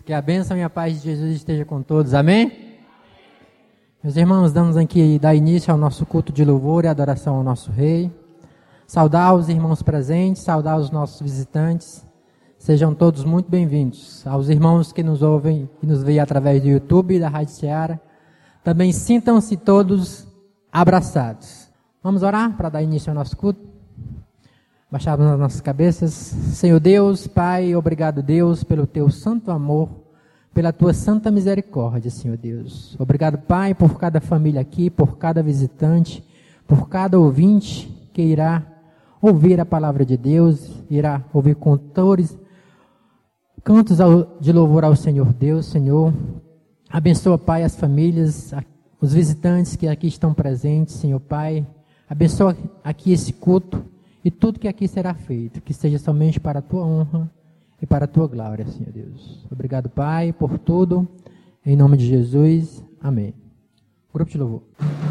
Que a bênção e a paz de Jesus esteja com todos. Amém? Meus irmãos, vamos aqui dar início ao nosso culto de louvor e adoração ao nosso Rei. Saudar os irmãos presentes, saudar os nossos visitantes. Sejam todos muito bem-vindos. Aos irmãos que nos ouvem e nos veem através do YouTube e da Rádio Ceará, também sintam-se todos abraçados. Vamos orar para dar início ao nosso culto? Baixarmos as nossas cabeças. Senhor Deus, Pai, obrigado, Deus, pelo teu santo amor, pela tua santa misericórdia, Senhor Deus. Obrigado, Pai, por cada família aqui, por cada visitante, por cada ouvinte que irá ouvir a palavra de Deus, irá ouvir cantores, cantos de louvor ao Senhor Deus. Senhor, abençoa, Pai, as famílias, os visitantes que aqui estão presentes, Senhor Pai. Abençoa aqui esse culto e tudo que aqui será feito, que seja somente para a tua honra e para a tua glória, Senhor Deus. Obrigado, Pai, por tudo. Em nome de Jesus. Amém. Grupo de louvor.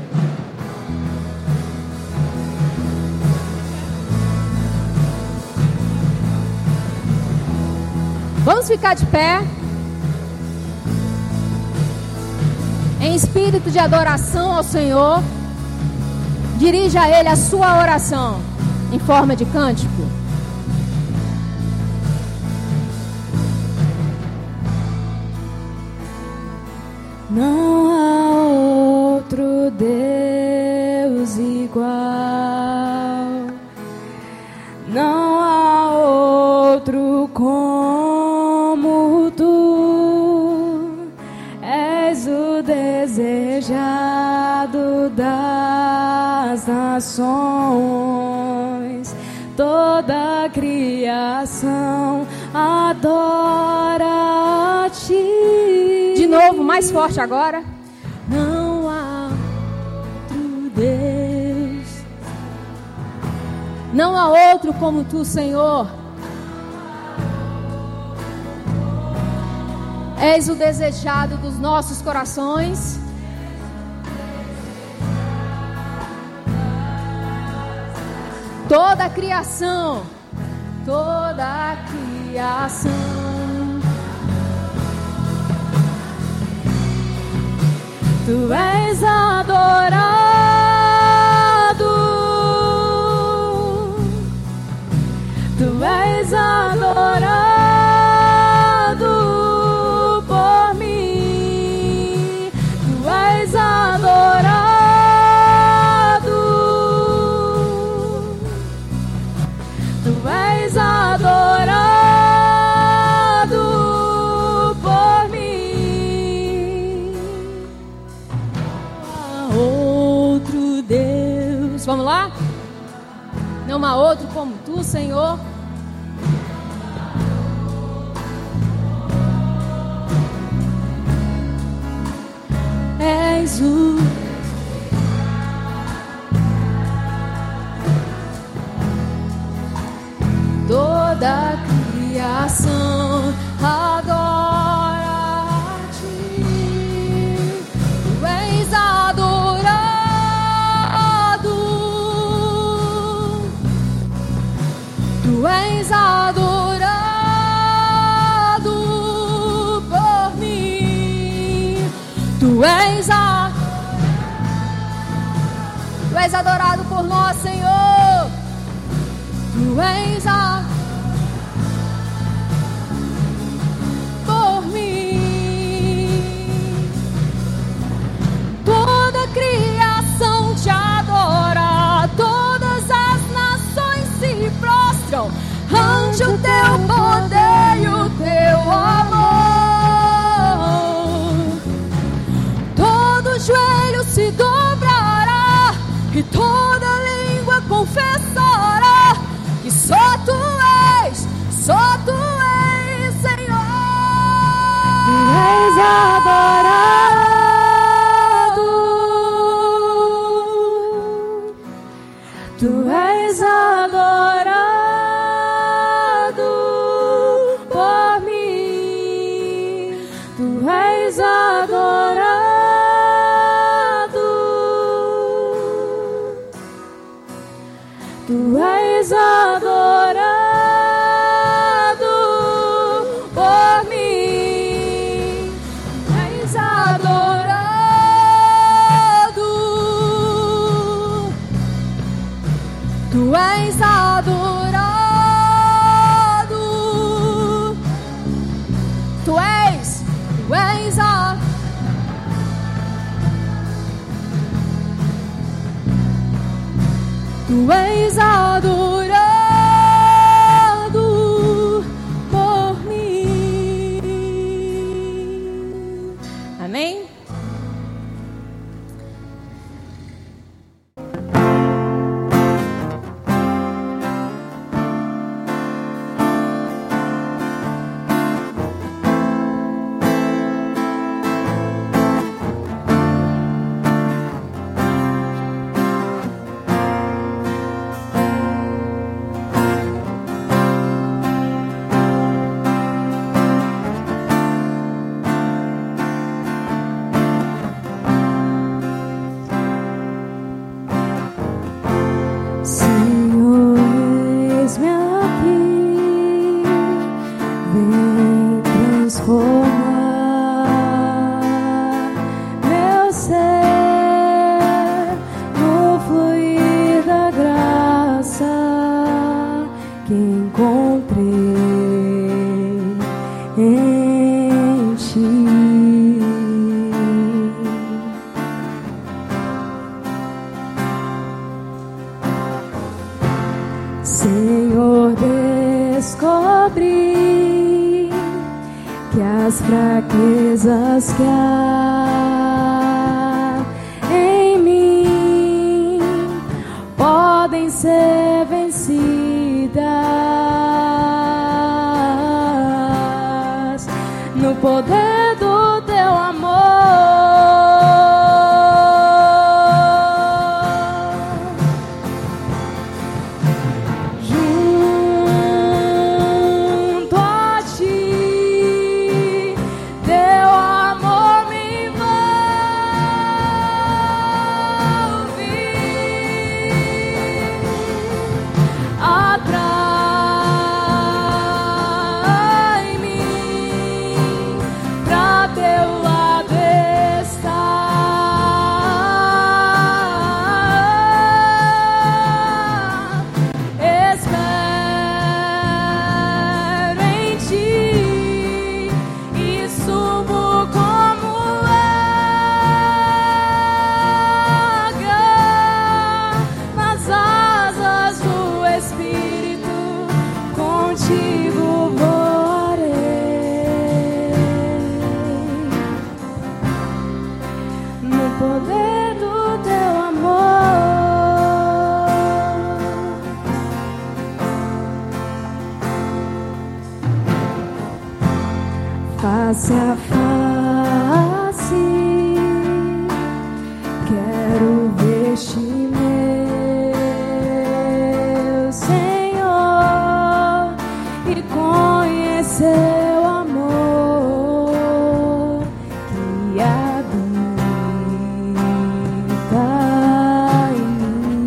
Vamos ficar de pé, em espírito de adoração ao Senhor. Dirija a Ele a sua oração, em forma de cântico. Não há outro Deus igual, não há outro como tu, és o desejado das nações, toda a criação adora a ti. De novo, mais forte agora. Não há outro Deus, não há outro como tu, Senhor. És o desejado dos nossos corações. Toda a criação, tu és adorado, tu és adorado por mim, tu és adorado, tu és adorado por mim. Não há outro Deus. Vamos lá? Não há outro como tu, Senhor. És o toda a criação adora a ti. Tu és adorado, tu és adorado por mim, tu és adorado por nós, Senhor. Tu és por mim. Toda a criação te adora, todas as nações se prostram ante o teu poder e o teu amor. Todo joelho se dobrará e toda língua confessará que só tu és, Senhor. Tu és adorado, tu és adorado por mim, tu és adorado, tu és adorado por mim. Tu és a Tu és adorado por mim. Amém? Senhor, descobri que as fraquezas que há em mim podem ser vencidas no poder do teu amor. Face a face, quero ver-te, meu Senhor, e conhecer o amor que habita em mim.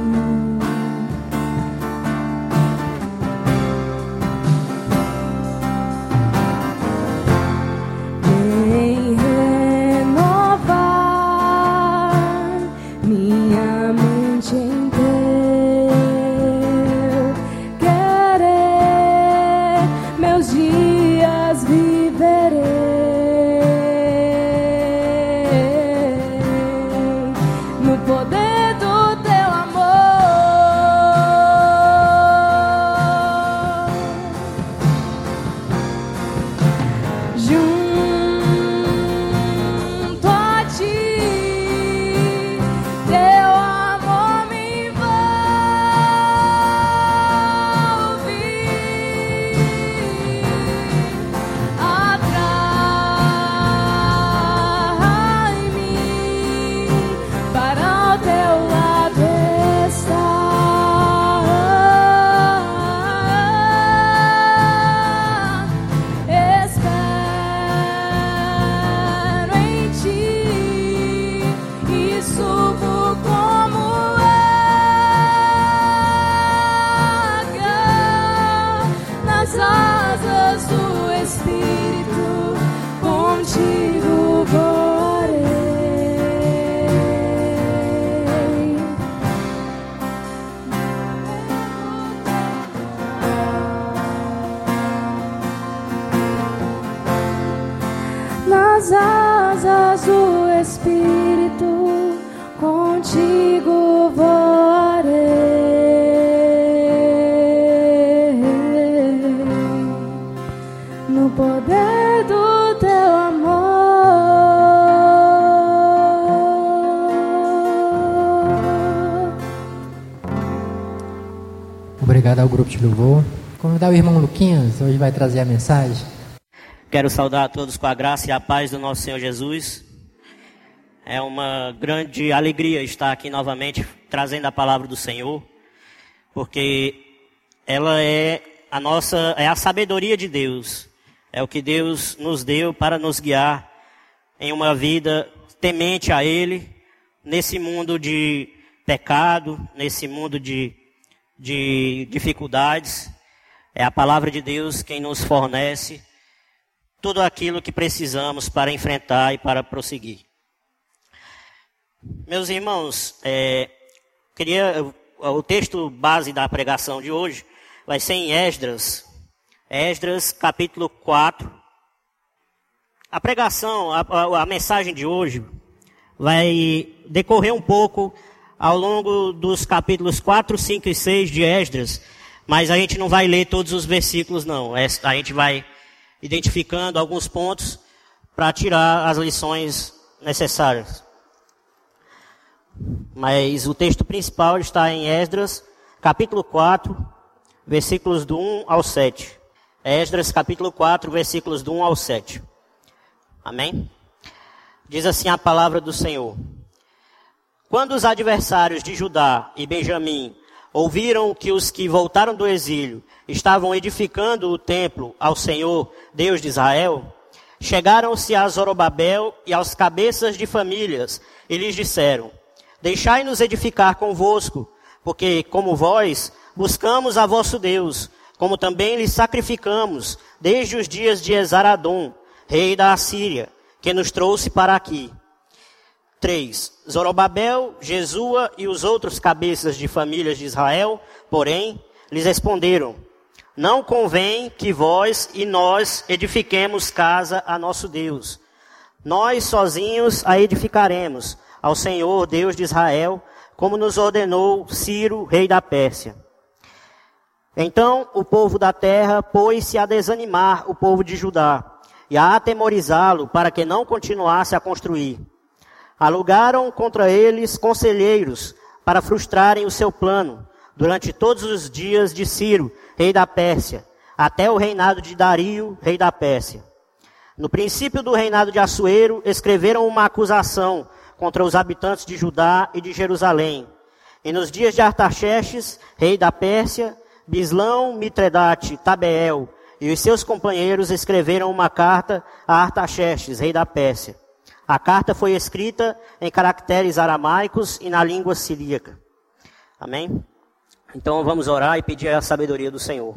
Vem renovar minha mente em teu querer, meus dias viverei no poder do teu amor. Junto a ti, teu amor me envolve, atrai-me para o teu lado estar. Espero em ti e subo como águia nas asas do Espírito, contigo voarei. nas asas do Espírito, contigo voarei, no poder do teu amor. Obrigado ao grupo de louvor. Convidar o irmão Luquinhas, hoje vai trazer a mensagem. Quero saudar a todos com a graça e a paz do nosso Senhor Jesus. É uma grande alegria estar aqui novamente trazendo a palavra do Senhor, porque ela é a sabedoria de Deus. É o que Deus nos deu para nos guiar em uma vida temente a Ele, nesse mundo de pecado, nesse mundo de dificuldades. É a palavra de Deus quem nos fornece tudo aquilo que precisamos para enfrentar e para prosseguir. Meus irmãos, o texto base da pregação de hoje vai ser em Esdras capítulo 4. A pregação, a mensagem de hoje vai decorrer um pouco ao longo dos capítulos 4, 5 e 6 de Esdras, mas a gente não vai ler todos os versículos não. A gente vai identificando alguns pontos para tirar as lições necessárias. Mas o texto principal está em Esdras, capítulo 4, versículos do 1 ao 7. Esdras, capítulo 4, versículos do 1 ao 7. Amém? Diz assim a palavra do Senhor. Quando os adversários de Judá e Benjamim ouviram que os que voltaram do exílio estavam edificando o templo ao Senhor, Deus de Israel, chegaram-se a Zorobabel e aos cabeças de famílias e lhes disseram: deixai-nos edificar convosco, porque, como vós, buscamos a vosso Deus, como também lhe sacrificamos desde os dias de Esaradom, rei da Assíria, que nos trouxe para aqui. 3. Zorobabel, Jesua e os outros cabeças de famílias de Israel, porém, lhes responderam: não convém que vós e nós edifiquemos casa a nosso Deus. Nós sozinhos a edificaremos ao Senhor, Deus de Israel, como nos ordenou Ciro, rei da Pérsia. Então o povo da terra pôs-se a desanimar o povo de Judá e a atemorizá-lo para que não continuasse a construir. Alugaram contra eles conselheiros para frustrarem o seu plano durante todos os dias de Ciro, rei da Pérsia, até o reinado de Dario, rei da Pérsia. No princípio do reinado de Assuero, escreveram uma acusação contra os habitantes de Judá e de Jerusalém. E nos dias de Artaxerxes, rei da Pérsia, Bislão, Mitredate, Tabeel e os seus companheiros escreveram uma carta a Artaxerxes, rei da Pérsia. A carta foi escrita em caracteres aramaicos e na língua siríaca. Amém? Então vamos orar e pedir a sabedoria do Senhor.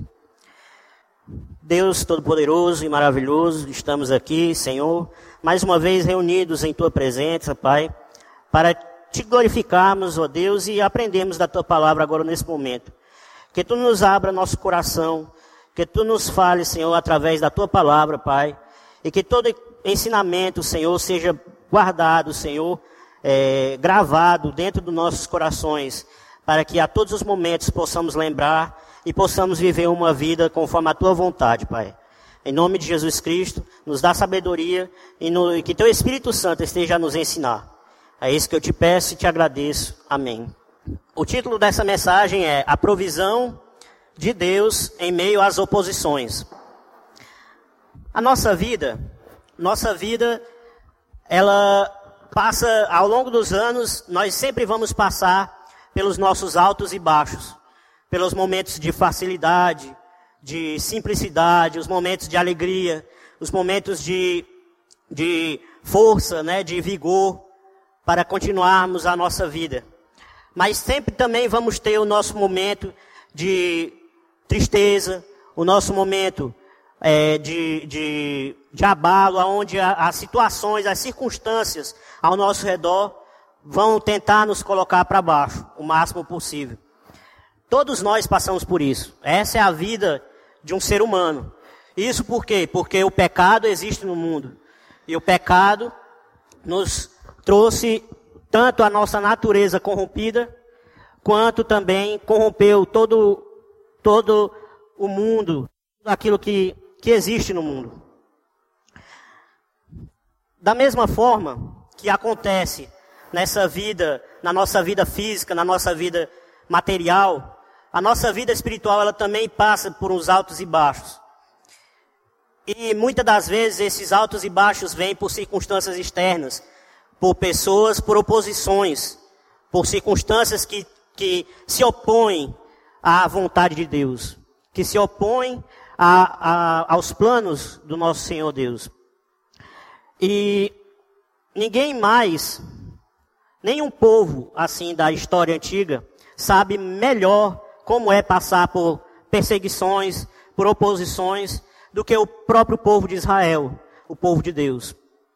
Deus Todo-Poderoso e maravilhoso, estamos aqui, Senhor, mais uma vez reunidos em Tua presença, Pai, para Te glorificarmos, ó Deus, e aprendermos da Tua palavra agora nesse momento. Que Tu nos abra nosso coração, que Tu nos fale, Senhor, através da Tua palavra, Pai, e que todo ensinamento, Senhor, seja guardado, Senhor, gravado dentro dos nossos corações, para que a todos os momentos possamos lembrar e possamos viver uma vida conforme a Tua vontade, Pai. Em nome de Jesus Cristo, nos dá sabedoria e que Teu Espírito Santo esteja a nos ensinar. É isso que eu Te peço e Te agradeço. Amém. O título dessa mensagem é A Provisão de Deus em Meio às Oposições. A nossa vida, ela passa, ao longo dos anos, nós sempre vamos passar pelos nossos altos e baixos, pelos momentos de facilidade, de simplicidade, os momentos de alegria, os momentos de força, né, de vigor, para continuarmos a nossa vida. Mas sempre também vamos ter o nosso momento de tristeza, o nosso momento de abalo, onde as situações, as circunstâncias ao nosso redor vão tentar nos colocar para baixo o máximo possível. Todos nós passamos por isso. Essa é a vida de um ser humano. Isso por quê? Porque o pecado existe no mundo. E o pecado nos trouxe tanto a nossa natureza corrompida, quanto também corrompeu todo o mundo, tudo aquilo que existe no mundo. Da mesma forma que acontece nessa vida, na nossa vida física, na nossa vida material, a nossa vida espiritual ela também passa por uns altos e baixos. E muitas das vezes esses altos e baixos vêm por circunstâncias externas, por pessoas, por oposições, por circunstâncias que se opõem à vontade de Deus, que se opõem aos planos do nosso Senhor Deus. E ninguém mais, nenhum povo assim da história antiga, sabe melhor como é passar por perseguições, por oposições, do que o próprio povo de Israel, o povo de Deus.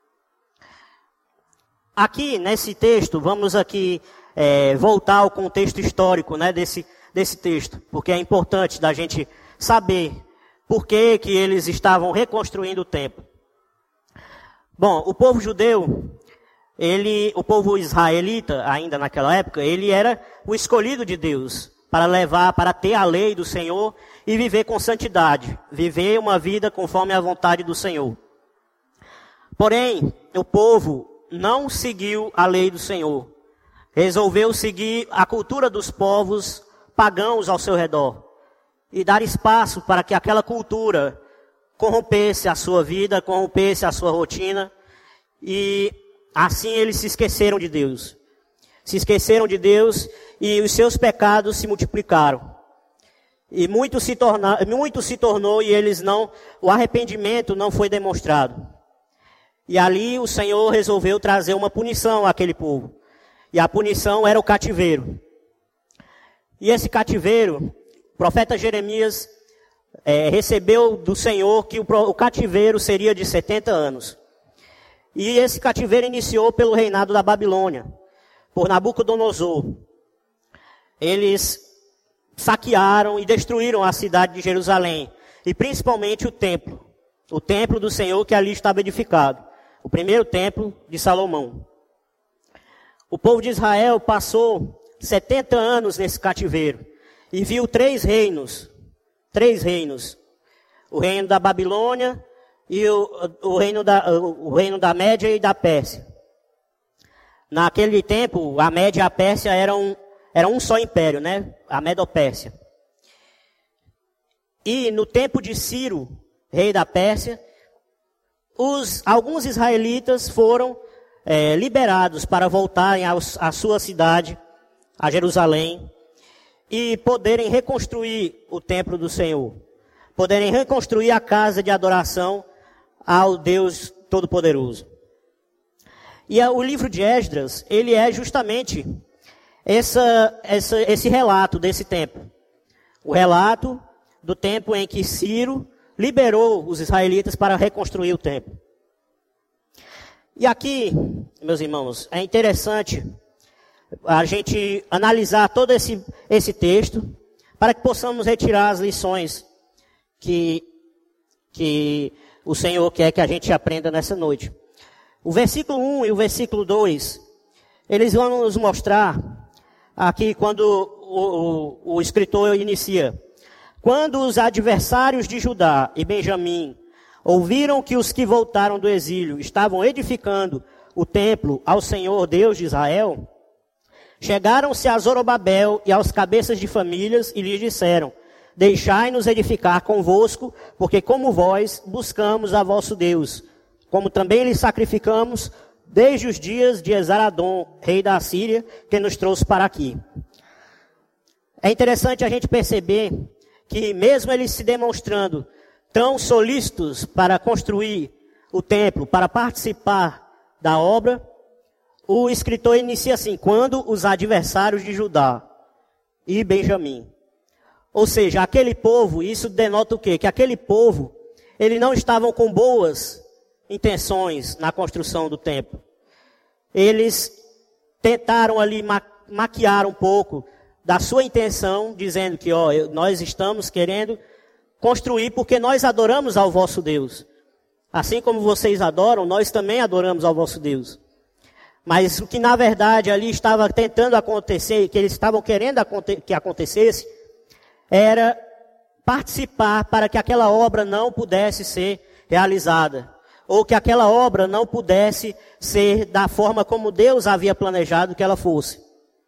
Aqui, nesse texto, vamos aqui voltar ao contexto histórico, né, desse texto, porque é importante da gente saber por que eles estavam reconstruindo o templo. Bom, o povo judeu, o povo israelita, ainda naquela época, ele era o escolhido de Deus para ter a lei do Senhor e viver com santidade, viver uma vida conforme a vontade do Senhor. Porém, o povo não seguiu a lei do Senhor. Resolveu seguir a cultura dos povos pagãos ao seu redor e dar espaço para que aquela cultura corrompesse a sua vida, corrompesse a sua rotina, e assim eles se esqueceram de Deus. Se esqueceram de Deus e os seus pecados se multiplicaram. E muito se tornou e o arrependimento não foi demonstrado. E ali o Senhor resolveu trazer uma punição àquele povo. E a punição era o cativeiro. E esse cativeiro, o profeta Jeremias recebeu do Senhor que o cativeiro seria de 70 anos. E esse cativeiro iniciou pelo reinado da Babilônia, por Nabucodonosor. Eles saquearam e destruíram a cidade de Jerusalém, e principalmente o templo do Senhor que ali estava edificado, o primeiro templo de Salomão. O povo de Israel passou 70 anos nesse cativeiro, e viu três reinos, o reino da Babilônia, e o reino da Média e da Pérsia. Naquele tempo, a Média e a Pérsia eram um só império, né? A Medo-Pérsia. E no tempo de Ciro, rei da Pérsia, alguns israelitas foram liberados para voltarem à sua cidade, a Jerusalém, e poderem reconstruir o templo do Senhor. Poderem reconstruir a casa de adoração ao Deus Todo-Poderoso. E o livro de Esdras, ele é justamente esse relato desse tempo. O relato do tempo em que Ciro liberou os israelitas para reconstruir o templo. E aqui, meus irmãos, é interessante a gente analisar todo esse texto para que possamos retirar as lições que o Senhor quer que a gente aprenda nessa noite. O versículo 1 e o versículo 2, eles vão nos mostrar aqui quando o escritor inicia. Quando os adversários de Judá e Benjamim ouviram que os que voltaram do exílio estavam edificando o templo ao Senhor Deus de Israel, chegaram-se a Zorobabel e aos cabeças de famílias e lhes disseram: deixai-nos edificar convosco, porque como vós buscamos a vosso Deus, como também lhe sacrificamos desde os dias de Esaradom, rei da Assíria, que nos trouxe para aqui. É interessante a gente perceber que mesmo eles se demonstrando tão solícitos para construir o templo, para participar da obra, o escritor inicia assim: quando os adversários de Judá e Benjamim. Ou seja, aquele povo, isso denota o quê? Que aquele povo, eles não estavam com boas intenções na construção do templo. Eles tentaram ali maquiar um pouco da sua intenção, dizendo que nós estamos querendo construir porque nós adoramos ao vosso Deus. Assim como vocês adoram, nós também adoramos ao vosso Deus. Mas o que na verdade ali estava tentando acontecer, que eles estavam querendo que acontecesse, era participar para que aquela obra não pudesse ser realizada. Ou que aquela obra não pudesse ser da forma como Deus havia planejado que ela fosse.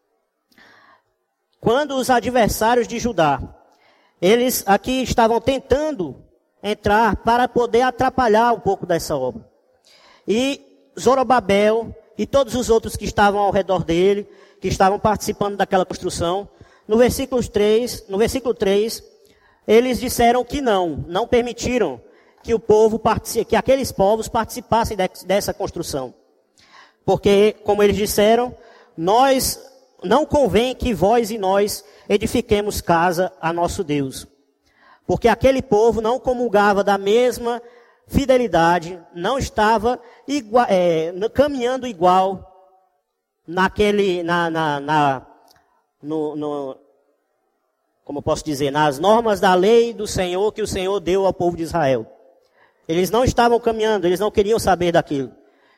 Quando os adversários de Judá, eles aqui estavam tentando entrar para poder atrapalhar um pouco dessa obra. E Zorobabel e todos os outros que estavam ao redor dele, que estavam participando daquela construção, no versículo 3, eles disseram que não permitiram que aqueles povos participassem dessa construção. Porque, como eles disseram, não convém que vós e nós edifiquemos casa a nosso Deus. Porque aquele povo não comungava da mesma fidelidade, não estava caminhando igual como eu posso dizer, nas normas da lei do Senhor que o Senhor deu ao povo de Israel. Eles não estavam caminhando, eles não queriam saber daquilo.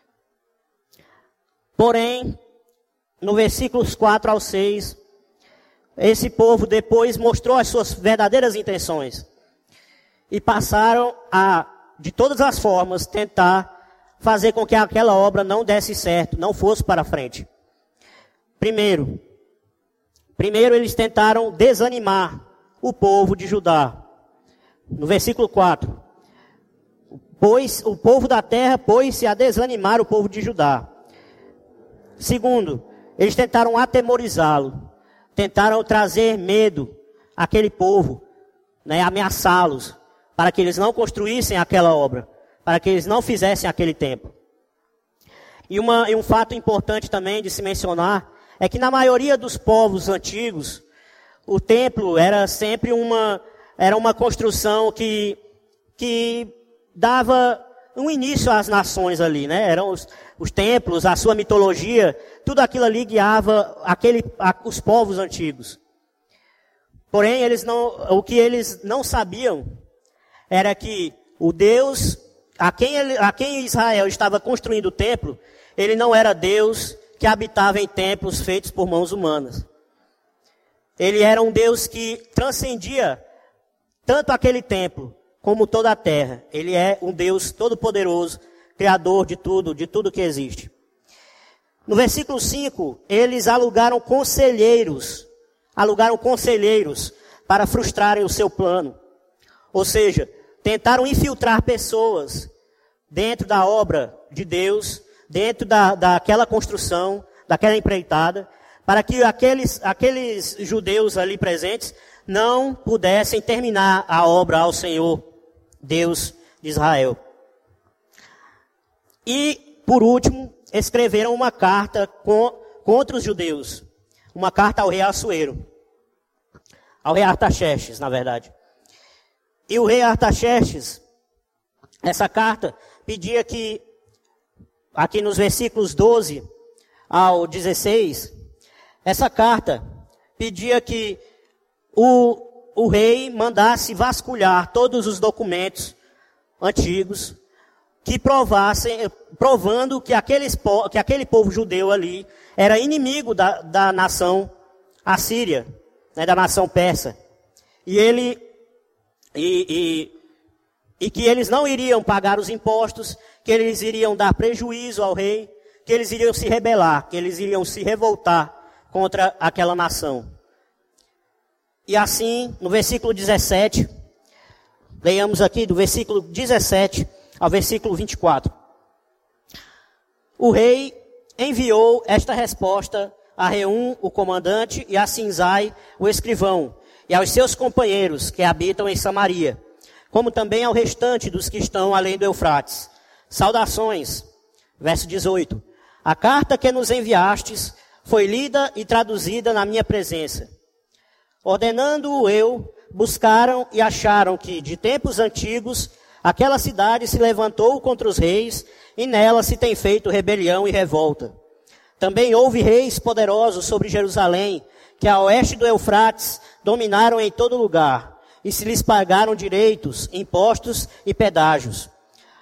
Porém, no versículos 4 ao 6, esse povo depois mostrou as suas verdadeiras intenções. E passaram a, de todas as formas, tentar fazer com que aquela obra não desse certo, não fosse para frente. Primeiro eles tentaram desanimar o povo de Judá. No versículo 4. Pois o povo da terra pôs-se a desanimar o povo de Judá. Segundo, eles tentaram atemorizá-lo. Tentaram trazer medo àquele povo, ameaçá-los, para que eles não construíssem aquela obra, para que eles não fizessem aquele templo. E um fato importante também de se mencionar, é que na maioria dos povos antigos, o templo era sempre uma construção que dava um início às nações ali, né? Eram os templos, a sua mitologia, tudo aquilo ali guiava os povos antigos. Porém, o que eles não sabiam era que o Deus a quem Israel estava construindo o templo, ele não era Deus que habitava em templos feitos por mãos humanas. Ele era um Deus que transcendia tanto aquele templo como toda a terra. Ele é um Deus todo-poderoso, criador de tudo que existe. No versículo 5, eles alugaram conselheiros para frustrarem o seu plano. Ou seja, tentaram infiltrar pessoas dentro da obra de Deus, dentro daquela construção, daquela empreitada, para que aqueles judeus ali presentes não pudessem terminar a obra ao Senhor, Deus de Israel. E, por último, escreveram uma carta contra os judeus. Uma carta ao rei Assuero. Ao rei Artaxerxes, na verdade. E o rei Artaxerxes, essa carta pedia que, aqui nos versículos 12 ao 16, essa carta pedia que o rei mandasse vasculhar todos os documentos antigos que provando que aquele povo judeu ali era inimigo da nação assíria, né, da nação persa. E que eles não iriam pagar os impostos, que eles iriam dar prejuízo ao rei, que eles iriam se rebelar, que eles iriam se revoltar contra aquela nação. E assim, no versículo 17, leiamos aqui do versículo 17 ao versículo 24. O rei enviou esta resposta a Reum, o comandante, e a Sinzai, o escrivão, e aos seus companheiros que habitam em Samaria, como também ao restante dos que estão além do Eufrates. Saudações. Verso 18. A carta que nos enviastes foi lida e traduzida na minha presença. Ordenando-o eu, buscaram e acharam que, de tempos antigos, aquela cidade se levantou contra os reis, e nela se tem feito rebelião e revolta. Também houve reis poderosos sobre Jerusalém, que a oeste do Eufrates dominaram em todo lugar, e se lhes pagaram direitos, impostos e pedágios.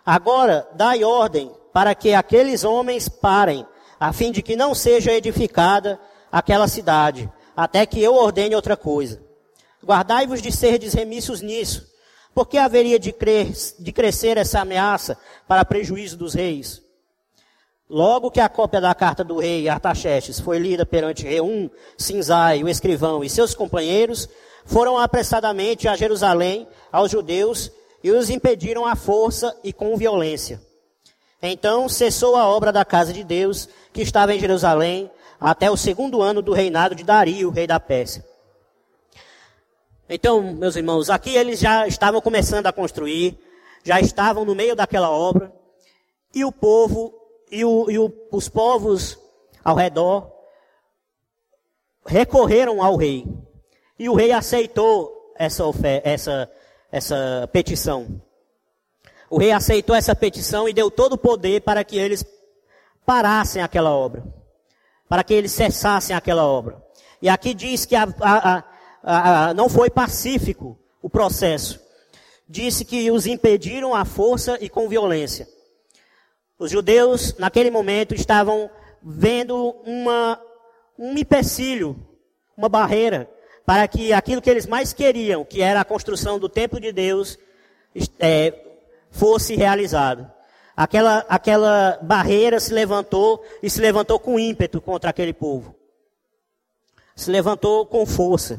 Agora, dai ordem para que aqueles homens parem, a fim de que não seja edificada aquela cidade, até que eu ordene outra coisa. Guardai-vos de serdes remissos nisso, porque haveria de crescer essa ameaça para prejuízo dos reis. Logo que a cópia da carta do rei Artaxerxes foi lida perante Reum, Sinzai, o escrivão e seus companheiros, foram apressadamente a Jerusalém aos judeus e os impediram à força e com violência. Então cessou a obra da casa de Deus, que estava em Jerusalém, até o 2º ano do reinado de Dario, rei da Pérsia. Então, meus irmãos, aqui eles já estavam começando a construir, já estavam no meio daquela obra, e o povo, os povos ao redor recorreram ao rei. E o rei aceitou essa petição. O rei aceitou essa petição e deu todo o poder para que eles parassem aquela obra. Para que eles cessassem aquela obra. E aqui diz que não foi pacífico o processo. Disse que os impediram à força e com violência. Os judeus, naquele momento, estavam vendo um empecilho, uma barreira, para que aquilo que eles mais queriam, que era a construção do templo de Deus, fosse realizado. Aquela barreira se levantou, e se levantou com ímpeto contra aquele povo. Se levantou com força.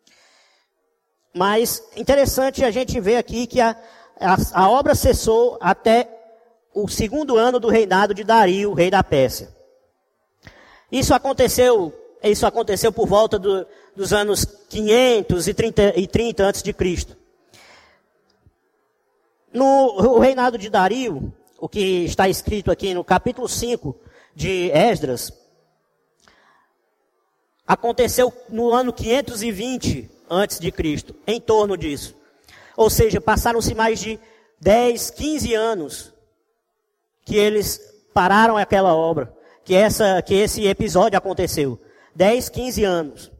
Mas interessante a gente ver aqui que a obra cessou até o 2º ano do reinado de Dario, rei da Pérsia. Isso aconteceu por volta dos anos 530 a.C. No reinado de Dario, o que está escrito aqui no capítulo 5 de Esdras, aconteceu no ano 520 a.C., em torno disso. Ou seja, passaram-se mais de 10, 15 anos que eles pararam aquela obra, que esse episódio aconteceu. 10, 15 anos.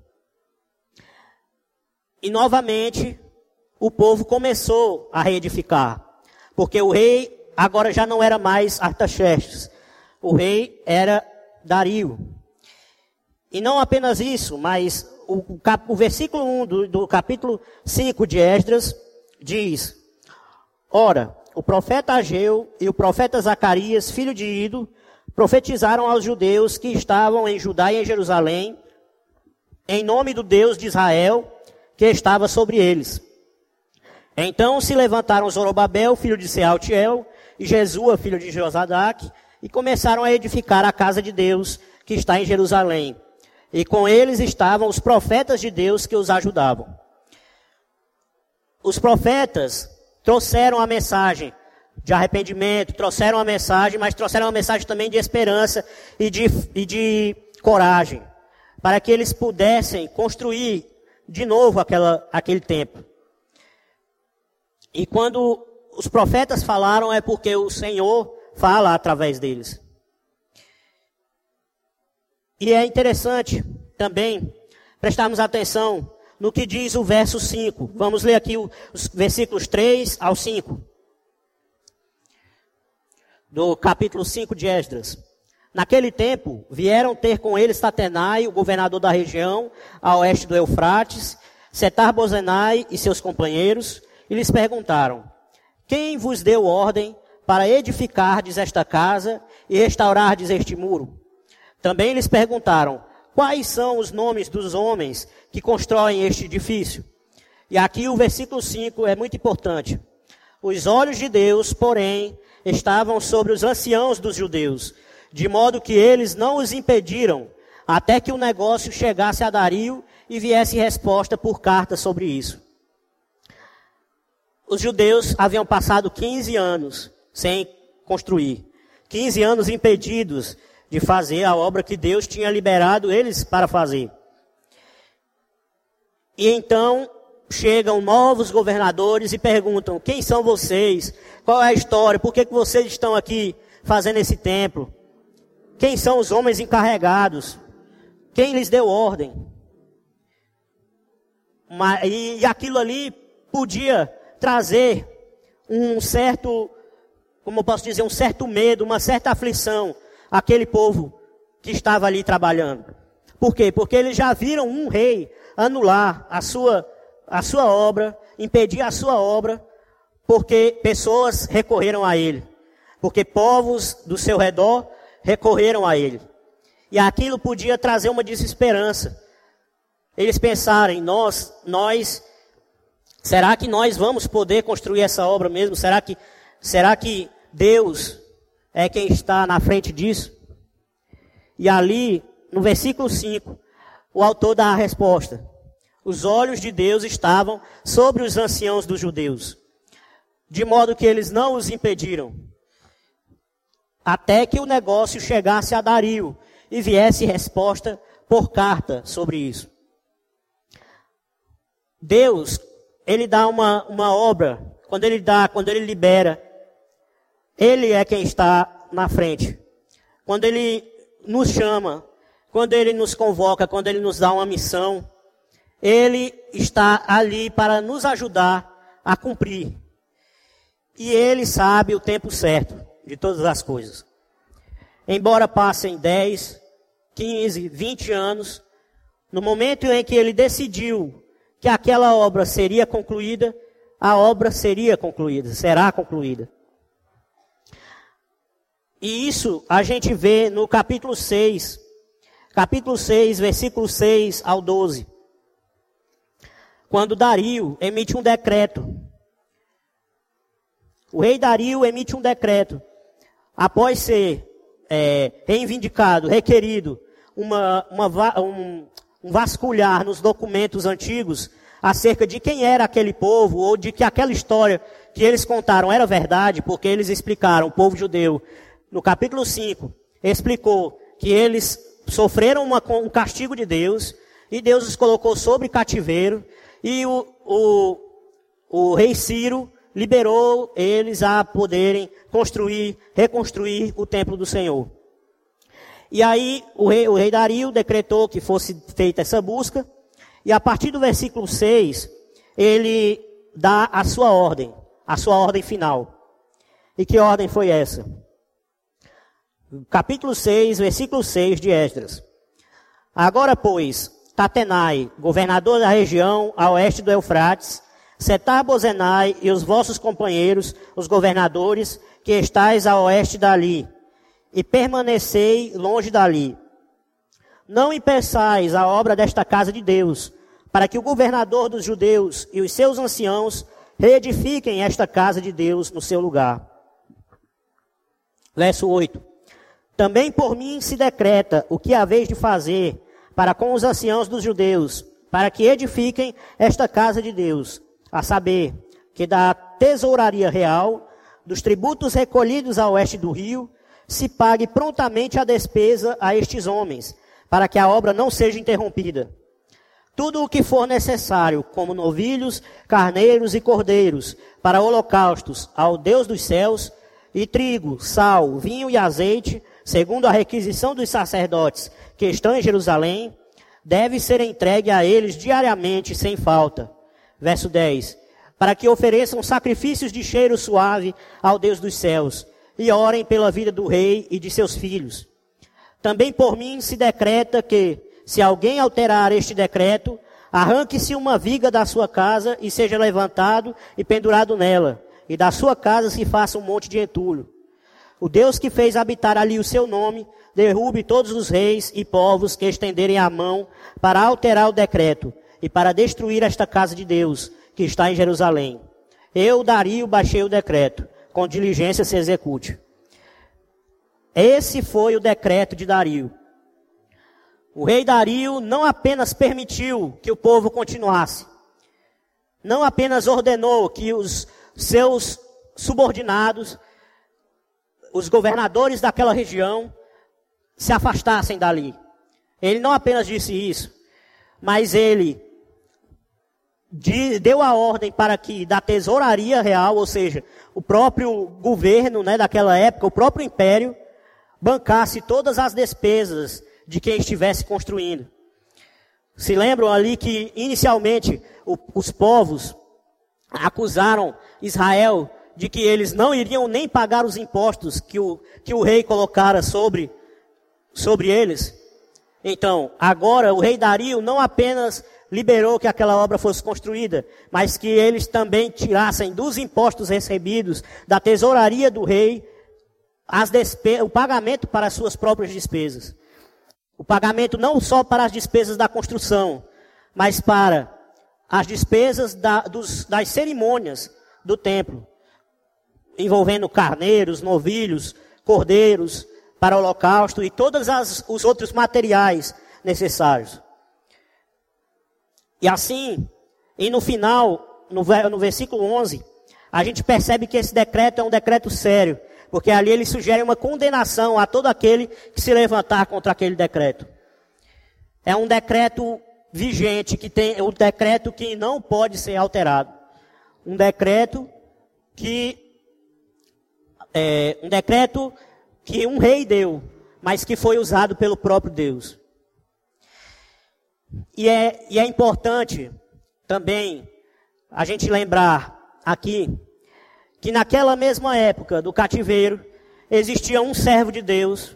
E novamente, o povo começou a reedificar. Porque o rei agora já não era mais Artaxerxes. O rei era Dario. E não apenas isso, mas o versículo 1 do capítulo 5 de Esdras diz: Ora, o profeta Ageu e o profeta Zacarias, filho de Ido, profetizaram aos judeus que estavam em Judá e em Jerusalém, em nome do Deus de Israel, que estava sobre eles. Então se levantaram Zorobabel, filho de Sealtiel, e Jesua, filho de Josadaque, e começaram a edificar a casa de Deus, que está em Jerusalém. E com eles estavam os profetas de Deus que os ajudavam. Os profetas trouxeram a mensagem de arrependimento, trouxeram a mensagem, mas trouxeram uma mensagem também de esperança e de coragem, para que eles pudessem construir de novo aquele templo. E quando os profetas falaram, é porque o Senhor fala através deles. E é interessante também prestarmos atenção no que diz o verso 5. Vamos ler aqui os versículos 3 ao 5. Do capítulo 5 de Esdras. Naquele tempo, vieram ter com eles Tatenai, o governador da região, a oeste do Eufrates, Setar-Bozenai e seus companheiros, e lhes perguntaram: Quem vos deu ordem para edificardes esta casa e restaurardes este muro? Também lhes perguntaram: Quais são os nomes dos homens que constroem este edifício? E aqui o versículo 5 é muito importante. Os olhos de Deus, porém, estavam sobre os anciãos dos judeus, de modo que eles não os impediram, até que o negócio chegasse a Dario e viesse resposta por carta sobre isso. Os judeus haviam passado 15 anos sem construir. 15 anos impedidos de fazer a obra que Deus tinha liberado eles para fazer. E então chegam novos governadores e perguntam: quem são vocês? Qual é a história? Por que vocês estão aqui fazendo esse templo? Quem são os homens encarregados? Quem lhes deu ordem? E aquilo ali podia trazer como eu posso dizer, um certo medo, uma certa aflição àquele povo que estava ali trabalhando. Por quê? Porque eles já viram um rei anular a sua obra, impedir a sua obra, porque pessoas recorreram a ele. Porque povos do seu redor recorreram a ele. E aquilo podia trazer uma desesperança. Eles pensarem, será que nós vamos poder construir essa obra mesmo? Será que Deus é quem está na frente disso? E ali, no versículo 5, o autor dá a resposta. Os olhos de Deus estavam sobre os anciãos dos judeus, de modo que eles não os impediram, até que o negócio chegasse a Dario e viesse resposta por carta sobre isso. Deus, ele dá uma obra, quando ele libera, ele é quem está na frente. Quando ele nos chama, quando ele nos convoca, quando ele nos dá uma missão, ele está ali para nos ajudar a cumprir. E ele sabe o tempo certo de todas as coisas. Embora passem 10, 15, 20 anos, no momento em que ele decidiu que aquela obra seria concluída, a obra seria concluída, será concluída. E isso a gente vê no capítulo 6, versículo 6 ao 12. Quando Dario emite um decreto. O rei Dario emite um decreto. Após ser reivindicado, requerido, um vasculhar nos documentos antigos acerca de quem era aquele povo, ou de que aquela história que eles contaram era verdade, porque eles explicaram, o povo judeu, no capítulo 5, explicou que eles sofreram um castigo de Deus, e Deus os colocou sobre cativeiro, e o rei Ciro liberou eles a poderem reconstruir o templo do Senhor. E aí o rei Dario decretou que fosse feita essa busca, e a partir do versículo 6, ele dá a sua ordem final. E que ordem foi essa? Capítulo 6, versículo 6 de Esdras. Agora, pois, Tatenai, governador da região a oeste do Eufrates, Setar-Bozenai e os vossos companheiros, os governadores, que estáis a oeste dali, e permanecei longe dali. Não impeçais a obra desta casa de Deus, para que o governador dos judeus e os seus anciãos reedifiquem esta casa de Deus no seu lugar. Verso 8. Também por mim se decreta o que haveis de fazer para com os anciãos dos judeus, para que edifiquem esta casa de Deus, a saber, que da tesouraria real, dos tributos recolhidos a oeste do rio, se pague prontamente a despesa a estes homens, para que a obra não seja interrompida. Tudo o que for necessário, como novilhos, carneiros e cordeiros, para holocaustos ao Deus dos céus, e trigo, sal, vinho e azeite, segundo a requisição dos sacerdotes que estão em Jerusalém, deve ser entregue a eles diariamente, sem falta. Verso 10. Para que ofereçam sacrifícios de cheiro suave ao Deus dos céus, e orem pela vida do rei e de seus filhos. Também por mim se decreta que, se alguém alterar este decreto, arranque-se uma viga da sua casa e seja levantado e pendurado nela, e da sua casa se faça um monte de entulho. O Deus que fez habitar ali o seu nome, derrube todos os reis e povos que estenderem a mão para alterar o decreto e para destruir esta casa de Deus, que está em Jerusalém. Eu, Dario, baixei o decreto, com diligência se execute. Esse foi o decreto de Dario. O rei Dario não apenas permitiu que o povo continuasse, não apenas ordenou que os seus subordinados, os governadores daquela região, se afastassem dali. Ele não apenas disse isso, mas ele deu a ordem para que da tesouraria real, ou seja, o próprio governo, daquela época, o próprio império, bancasse todas as despesas de quem estivesse construindo. Se lembram ali que inicialmente os povos acusaram Israel de que eles não iriam nem pagar os impostos que o rei colocara sobre eles. Então, agora o rei Dario não apenas liberou que aquela obra fosse construída, mas que eles também tirassem dos impostos recebidos da tesouraria do rei o pagamento para as suas próprias despesas. O pagamento não só para as despesas da construção, mas para as despesas das cerimônias do templo, envolvendo carneiros, novilhos, cordeiros para o holocausto e todos os outros materiais necessários. E assim, e no final, no versículo 11, a gente percebe que esse decreto é um decreto sério, porque ali ele sugere uma condenação a todo aquele que se levantar contra aquele decreto. É um decreto vigente, um decreto que não pode ser alterado. Um decreto que um rei deu, mas que foi usado pelo próprio Deus. E é importante também a gente lembrar aqui que naquela mesma época do cativeiro existia um servo de Deus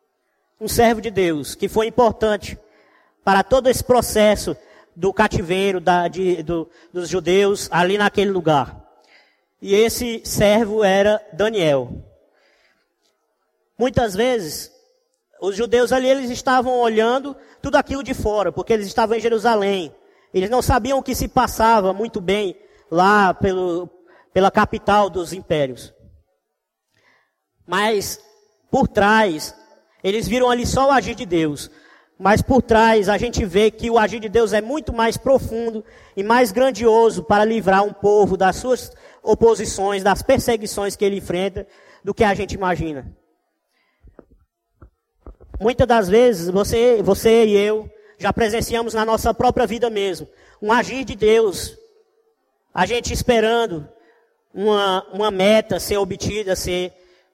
que foi importante para todo esse processo do cativeiro dos judeus ali naquele lugar. E esse servo era Daniel. Muitas vezes, os judeus ali, eles estavam olhando tudo aquilo de fora, porque eles estavam em Jerusalém. Eles não sabiam o que se passava muito bem lá pela capital dos impérios. Mas, por trás, eles viram ali só o agir de Deus. Mas por trás, a gente vê que o agir de Deus é muito mais profundo e mais grandioso para livrar um povo das suas oposições, das perseguições que ele enfrenta, do que a gente imagina. Muitas das vezes, você e eu já presenciamos na nossa própria vida mesmo um agir de Deus. A gente esperando uma meta ser obtida, ser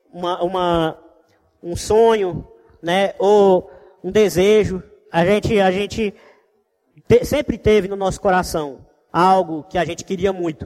um sonho, né, ou um desejo. A gente sempre teve no nosso coração algo que a gente queria muito.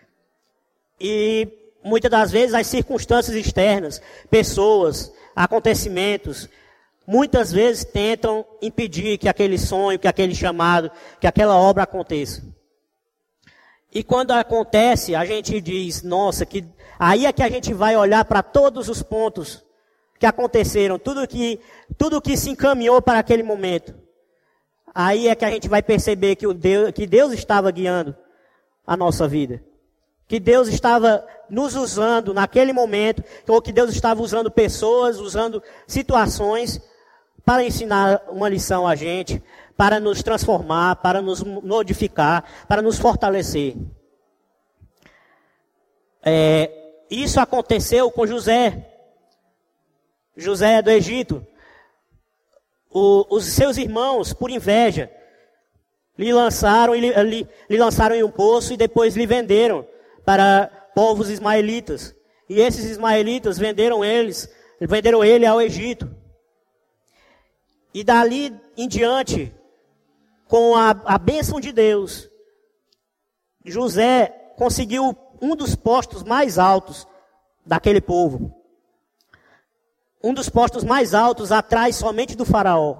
E muitas das vezes as circunstâncias externas, pessoas, acontecimentos, muitas vezes tentam impedir que aquele sonho, que aquele chamado, que aquela obra aconteça. E quando acontece, a gente diz, nossa, aí é que a gente vai olhar para todos os pontos que aconteceram, tudo que se encaminhou para aquele momento. Aí é que a gente vai perceber que Deus estava guiando a nossa vida. Que Deus estava nos usando naquele momento, ou que Deus estava usando pessoas, usando situações para ensinar uma lição a gente, para nos transformar, para nos modificar, para nos fortalecer. Isso aconteceu com José. José do Egito. Os seus irmãos, por inveja, lhe lançaram em um poço e depois lhe venderam para povos ismaelitas. E esses ismaelitas venderam ele ao Egito. E dali em diante, com a bênção de Deus, José conseguiu um dos postos mais altos daquele povo. Um dos postos mais altos atrás somente do faraó.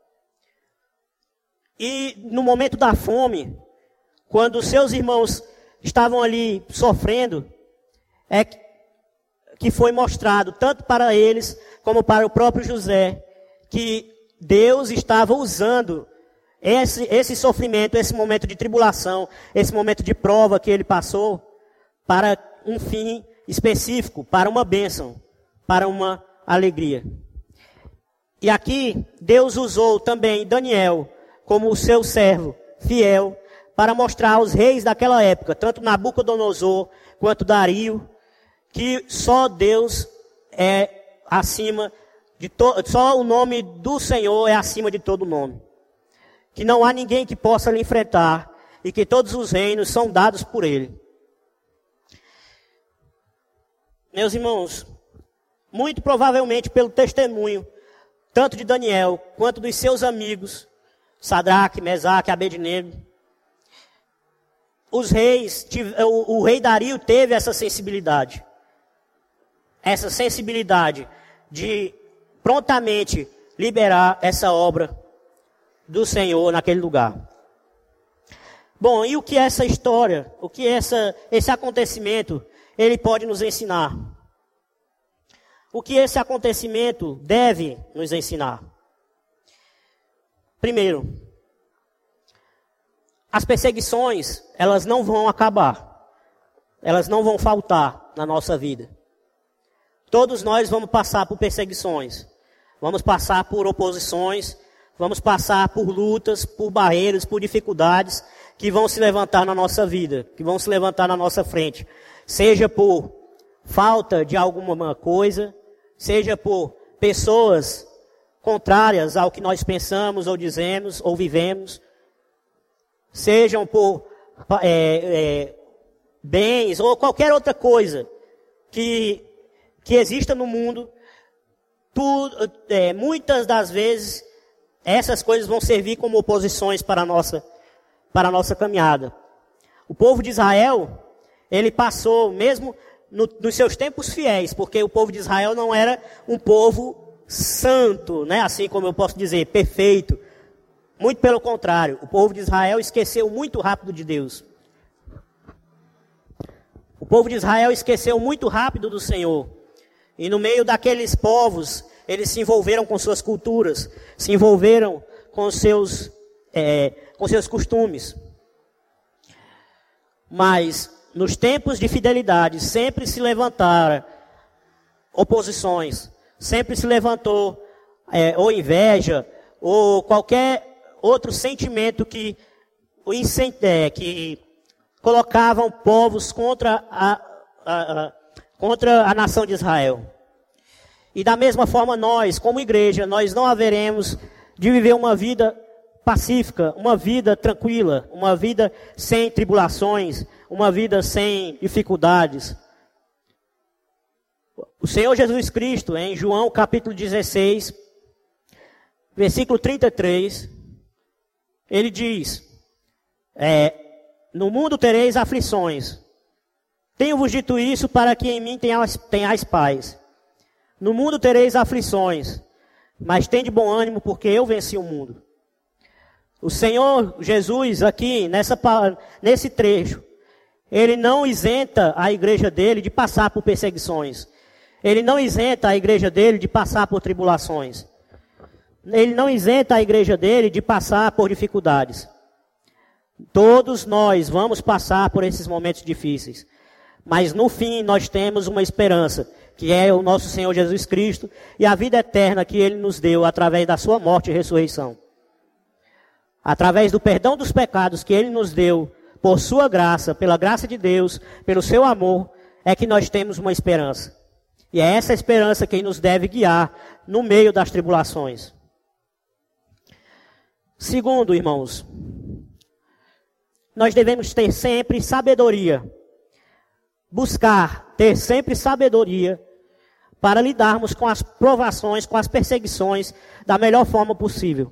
E no momento da fome, quando seus irmãos estavam ali sofrendo, é que foi mostrado, tanto para eles como para o próprio José, que Deus estava usando esse sofrimento, esse momento de tribulação, esse momento de prova que ele passou, para um fim específico, para uma bênção, para uma alegria. E aqui, Deus usou também Daniel como o seu servo fiel, para mostrar aos reis daquela época, tanto Nabucodonosor quanto Dario, que só Deus é acima de só o nome do Senhor é acima de todo nome. Que não há ninguém que possa lhe enfrentar e que todos os reinos são dados por ele. Meus irmãos, muito provavelmente pelo testemunho, tanto de Daniel quanto dos seus amigos, Sadraque, Mesaque, Abednego, o rei Dario teve essa sensibilidade essa sensibilidade de prontamente liberar essa obra do Senhor naquele lugar. Bom, e o que essa história, o que esse acontecimento, ele pode nos ensinar? O que esse acontecimento deve nos ensinar? Primeiro, as perseguições, elas não vão acabar. Elas não vão faltar na nossa vida. Todos nós vamos passar por perseguições. Vamos passar por oposições. Vamos passar por lutas, por barreiras, por dificuldades que vão se levantar na nossa vida, que vão se levantar na nossa frente. Seja por falta de alguma coisa, seja por pessoas contrárias ao que nós pensamos ou dizemos ou vivemos, sejam por bens ou qualquer outra coisa que exista no mundo. Muitas das vezes essas coisas vão servir como oposições para a nossa caminhada. O povo de Israel, ele passou, mesmo nos seus tempos fiéis, porque o povo de Israel não era um povo santo, né? Assim como eu posso dizer, perfeito. Muito pelo contrário, o povo de Israel esqueceu muito rápido de Deus. O povo de Israel esqueceu muito rápido do Senhor. E no meio daqueles povos, eles se envolveram com suas culturas, se envolveram com seus costumes. Mas, nos tempos de fidelidade, sempre se levantaram oposições, sempre se levantou ou inveja, ou qualquer outro sentimento que colocavam povos contra a nação de Israel. E da mesma forma nós, como igreja, nós não haveremos de viver uma vida pacífica, uma vida tranquila, uma vida sem tribulações, uma vida sem dificuldades. O Senhor Jesus Cristo, em João capítulo 16, versículo 33, ele diz, no mundo tereis aflições. Tenho-vos dito isso para que em mim tenhais paz. No mundo tereis aflições, mas tende bom ânimo, porque eu venci o mundo. O Senhor Jesus, aqui, nesse trecho, ele não isenta a igreja dele de passar por perseguições. Ele não isenta a igreja dele de passar por tribulações. Ele não isenta a igreja dele de passar por dificuldades. Todos nós vamos passar por esses momentos difíceis. Mas no fim nós temos uma esperança, que é o nosso Senhor Jesus Cristo e a vida eterna que Ele nos deu através da sua morte e ressurreição. Através do perdão dos pecados que Ele nos deu, por sua graça, pela graça de Deus, pelo seu amor, é que nós temos uma esperança. E é essa esperança que nos deve guiar no meio das tribulações. Segundo, irmãos, nós devemos ter sempre sabedoria. Buscar ter sempre sabedoria para lidarmos com as provações, com as perseguições da melhor forma possível.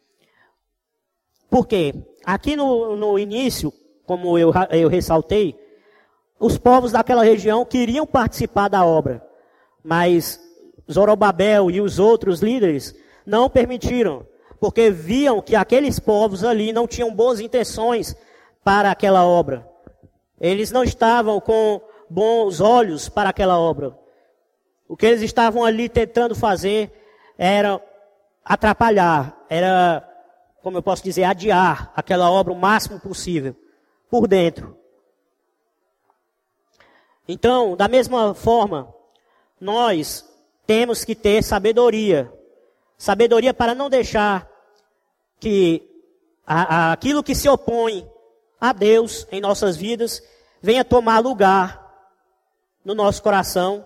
Por quê? Aqui no início, como eu ressaltei, os povos daquela região queriam participar da obra, mas Zorobabel e os outros líderes não permitiram, porque viam que aqueles povos ali não tinham boas intenções para aquela obra. Eles não estavam com bons olhos para aquela obra. O que eles estavam ali tentando fazer era atrapalhar, era, como eu posso dizer, adiar aquela obra o máximo possível, por dentro. Então, da mesma forma, nós temos que ter sabedoria. Sabedoria para não deixar que aquilo que se opõe a Deus em nossas vidas venha tomar lugar no nosso coração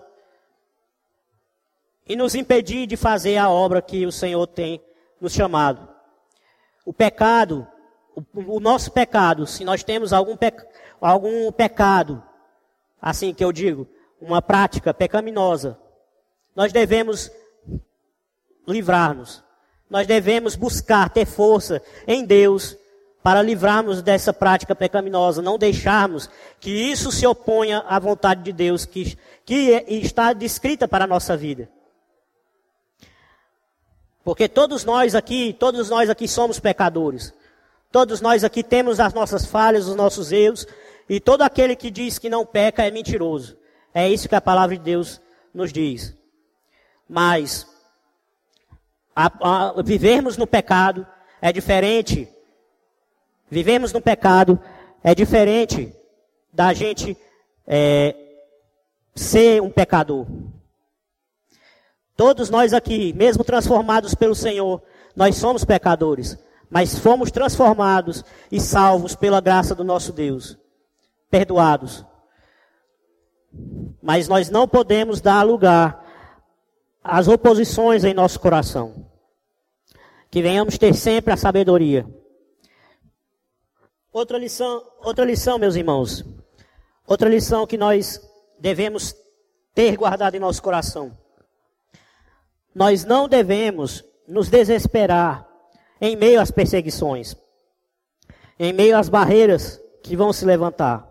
e nos impedir de fazer a obra que o Senhor tem nos chamado. O pecado, o nosso pecado, se nós temos algum pecado, assim que eu digo, uma prática pecaminosa, nós devemos livrar-nos. Nós devemos buscar ter força em Deus para livrarmos dessa prática pecaminosa, não deixarmos que isso se oponha à vontade de Deus que está descrita para a nossa vida. Porque todos nós aqui somos pecadores. Todos nós aqui temos as nossas falhas, os nossos erros, e todo aquele que diz que não peca é mentiroso. É isso que a palavra de Deus nos diz. Mas vivermos no pecado é diferente. Vivemos no pecado é diferente da gente ser um pecador. Todos nós aqui, mesmo transformados pelo Senhor, nós somos pecadores, mas fomos transformados e salvos pela graça do nosso Deus, perdoados. Mas nós não podemos dar lugar às oposições em nosso coração. Que venhamos ter sempre a sabedoria. Outra lição, meus irmãos. Outra lição que nós devemos ter guardado em nosso coração. Nós não devemos nos desesperar em meio às perseguições, em meio às barreiras que vão se levantar.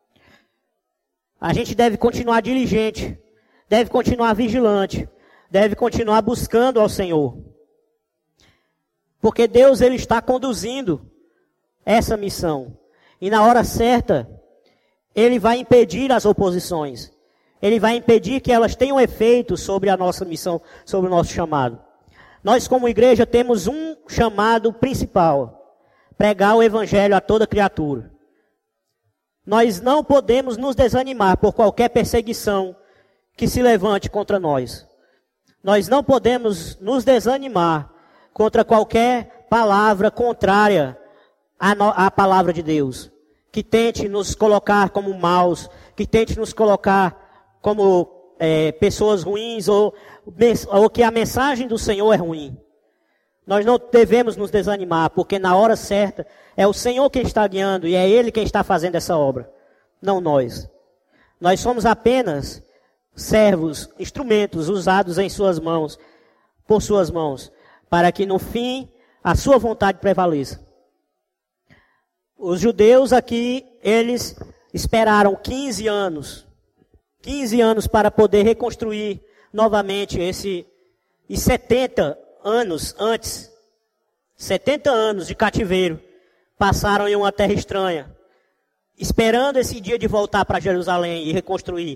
A gente deve continuar diligente, deve continuar vigilante, deve continuar buscando ao Senhor. Porque Deus, Ele está conduzindo essa missão. E na hora certa, Ele vai impedir as oposições. Ele vai impedir que elas tenham efeito sobre a nossa missão, sobre o nosso chamado. Nós, como igreja, temos um chamado principal: pregar o Evangelho a toda criatura. Nós não podemos nos desanimar por qualquer perseguição que se levante contra nós. Nós não podemos nos desanimar contra qualquer palavra contrária à palavra de Deus, que tente nos colocar como maus, que tente nos colocar como pessoas ruins, ou que a mensagem do Senhor é ruim. Nós não devemos nos desanimar, porque na hora certa é o Senhor quem está guiando e é Ele quem está fazendo essa obra, não nós. Nós somos apenas servos, instrumentos usados em suas mãos, por suas mãos, para que no fim a sua vontade prevaleça. Os judeus aqui, eles esperaram 15 anos para poder reconstruir novamente e 70 anos antes, 70 anos de cativeiro, passaram em uma terra estranha, esperando esse dia de voltar para Jerusalém e reconstruir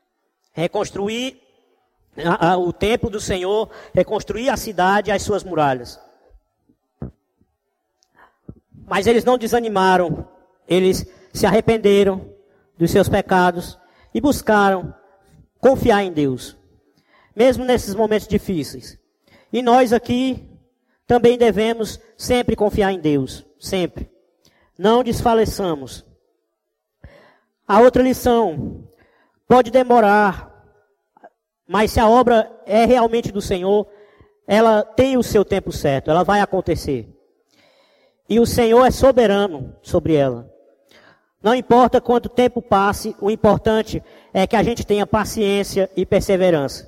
o templo do Senhor, reconstruir a cidade e as suas muralhas. Mas eles não desanimaram, eles se arrependeram dos seus pecados e buscaram confiar em Deus, mesmo nesses momentos difíceis. E nós aqui também devemos sempre confiar em Deus, sempre. Não desfaleçamos. A outra lição: pode demorar, mas se a obra é realmente do Senhor, ela tem o seu tempo certo, ela vai acontecer. E o Senhor é soberano sobre ela. Não importa quanto tempo passe, o importante é que a gente tenha paciência e perseverança.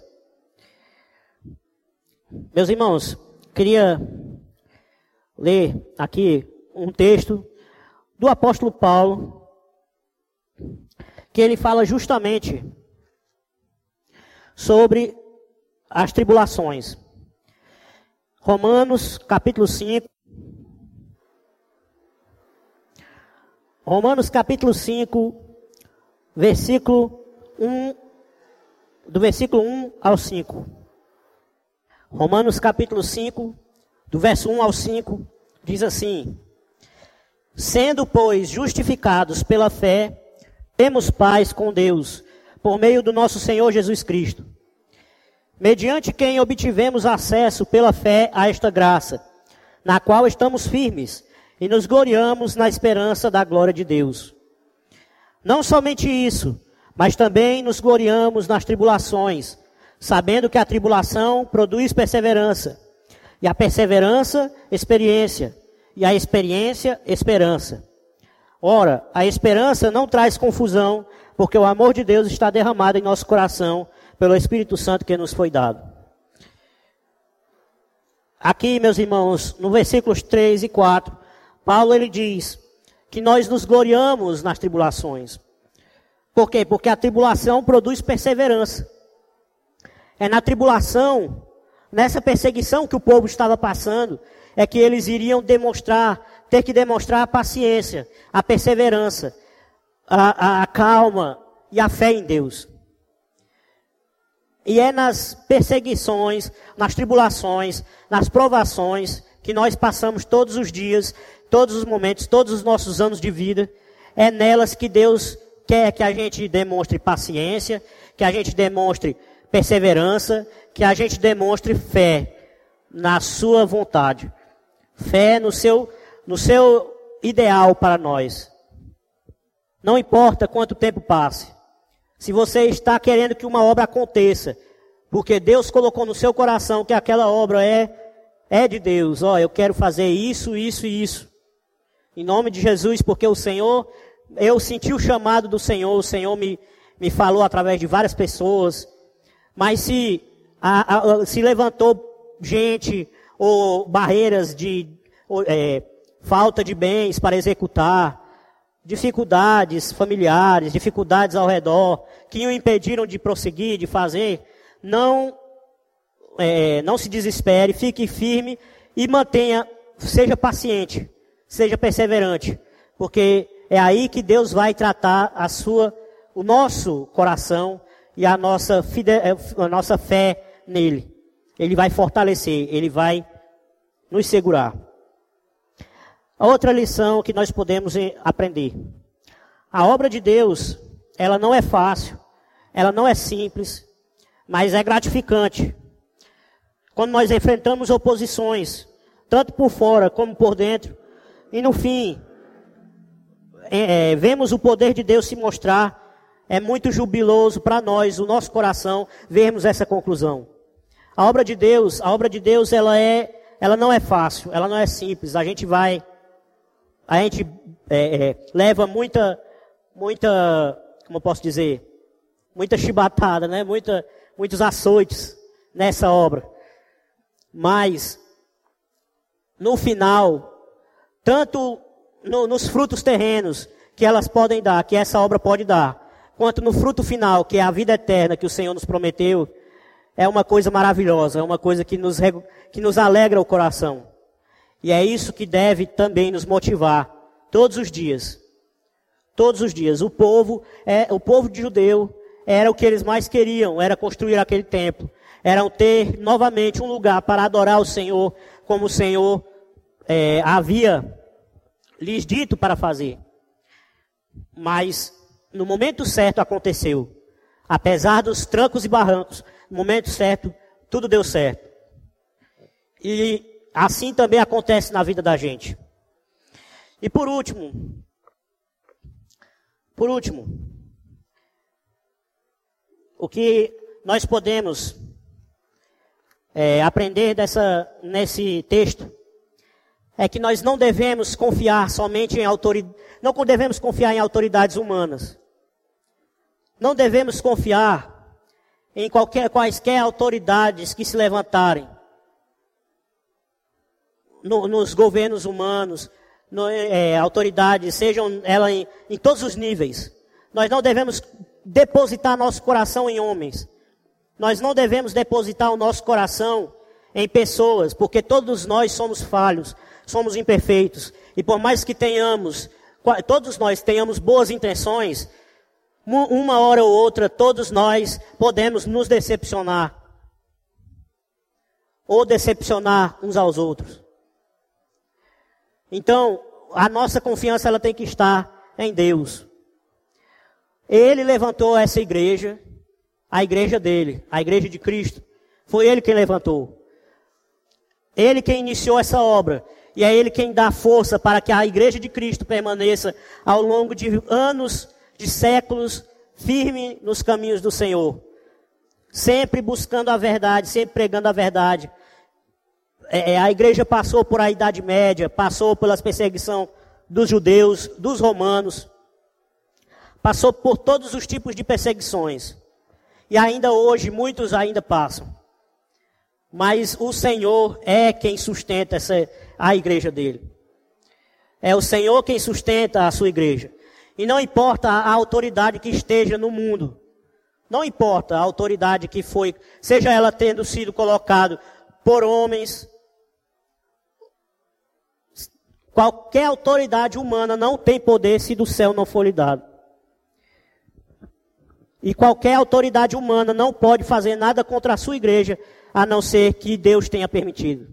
Meus irmãos, queria ler aqui um texto do apóstolo Paulo, que ele fala justamente sobre as tribulações. Romanos capítulo 5. Romanos capítulo 5, versículo 1, do versículo 1 ao 5. Romanos capítulo 5, do verso 1 ao 5, diz assim: sendo, pois, justificados pela fé, temos paz com Deus, por meio do nosso Senhor Jesus Cristo, mediante quem obtivemos acesso pela fé a esta graça, na qual estamos firmes, e nos gloriamos na esperança da glória de Deus. Não somente isso, mas também nos gloriamos nas tribulações, sabendo que a tribulação produz perseverança, e a perseverança, experiência, e a experiência, esperança. Ora, a esperança não traz confusão, porque o amor de Deus está derramado em nosso coração pelo Espírito Santo que nos foi dado. Aqui, meus irmãos, no versículos 3 e 4, Paulo ele diz que nós nos gloriamos nas tribulações. Por quê? Porque a tribulação produz perseverança. É na tribulação, nessa perseguição que o povo estava passando, é que eles iriam ter que demonstrar a paciência, a perseverança, a calma e a fé em Deus. E é nas perseguições, nas tribulações, nas provações que nós passamos todos os dias, todos os momentos, todos os nossos anos de vida. É nelas que Deus quer que a gente demonstre paciência, que a gente demonstre perseverança, que a gente demonstre fé na sua vontade. Fé no seu ideal para nós. Não importa quanto tempo passe. Se você está querendo que uma obra aconteça, porque Deus colocou no seu coração que aquela obra é de Deus. Eu quero fazer isso, isso e isso. Em nome de Jesus, porque o Senhor, eu senti o chamado do Senhor, o Senhor me falou através de várias pessoas. Mas se levantou gente ou barreiras de falta de bens para executar, dificuldades familiares, dificuldades ao redor, que o impediram de prosseguir, de fazer, não se desespere, fique firme e seja paciente, seja perseverante, porque é aí que Deus vai tratar o nosso coração e a nossa fé nele. Ele vai fortalecer, ele vai nos segurar. A outra lição que nós podemos aprender. A obra de Deus, ela não é fácil, ela não é simples, mas é gratificante. Quando nós enfrentamos oposições, tanto por fora como por dentro, e no fim, vemos o poder de Deus se mostrar, é muito jubiloso para nós, o nosso coração, vermos essa conclusão. A obra de Deus, ela não é fácil, ela não é simples. A gente leva muita, como eu posso dizer, muita chibatada, né? Muitos açoites nessa obra. Mas, no final, tanto nos frutos terrenos que elas podem dar, que essa obra pode dar, quanto no fruto final, que é a vida eterna que o Senhor nos prometeu, é uma coisa maravilhosa, é uma coisa que nos alegra o coração. E é isso que deve também nos motivar todos os dias. Todos os dias. O povo de judeu era o que eles mais queriam, era construir aquele templo. Era ter novamente um lugar para adorar o Senhor, como o Senhor havia lhes dito para fazer. Mas no momento certo aconteceu. Apesar dos trancos e barrancos, no momento certo, tudo deu certo. E assim também acontece na vida da gente. E por último, o que nós podemos aprender nesse texto é que nós não devemos confiar somente não devemos confiar em autoridades humanas. Não devemos confiar em quaisquer autoridades que se levantarem nos governos humanos, autoridades, sejam elas em todos os níveis. Nós não devemos depositar nosso coração em homens. Nós não devemos depositar o nosso coração em pessoas, porque todos nós somos falhos, somos imperfeitos. E por mais que todos nós tenhamos boas intenções, uma hora ou outra, todos nós podemos nos decepcionar. Ou decepcionar uns aos outros. Então, a nossa confiança ela tem que estar em Deus. Ele levantou essa igreja, a igreja dele, a igreja de Cristo. Foi ele quem levantou. Ele quem iniciou essa obra. E é ele quem dá força para que a igreja de Cristo permaneça ao longo de anos, de séculos, firme nos caminhos do Senhor. Sempre buscando a verdade, sempre pregando a verdade. A igreja passou por a Idade Média, passou pelas perseguições dos judeus, dos romanos. Passou por todos os tipos de perseguições. E ainda hoje, muitos ainda passam. Mas o Senhor é quem sustenta a igreja dele. É o Senhor quem sustenta a sua igreja. E não importa a autoridade que esteja no mundo. Não importa a autoridade que foi, seja ela tendo sido colocada por homens. Qualquer autoridade humana não tem poder se do céu não for lhe dado. E qualquer autoridade humana não pode fazer nada contra a sua igreja, a não ser que Deus tenha permitido.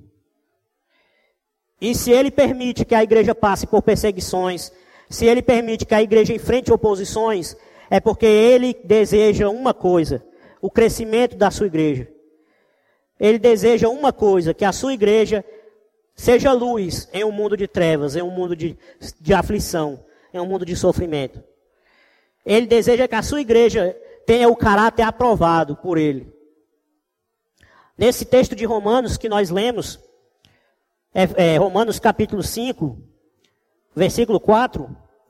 E se Ele permite que a igreja passe por perseguições, se Ele permite que a igreja enfrente oposições, é porque Ele deseja uma coisa, o crescimento da sua igreja. Ele deseja uma coisa, que a sua igreja seja luz em um mundo de trevas, em um mundo de aflição, em um mundo de sofrimento. Ele deseja que a sua igreja tenha o caráter aprovado por Ele. Nesse texto de Romanos que nós lemos, Romanos capítulo 5, versículo 4,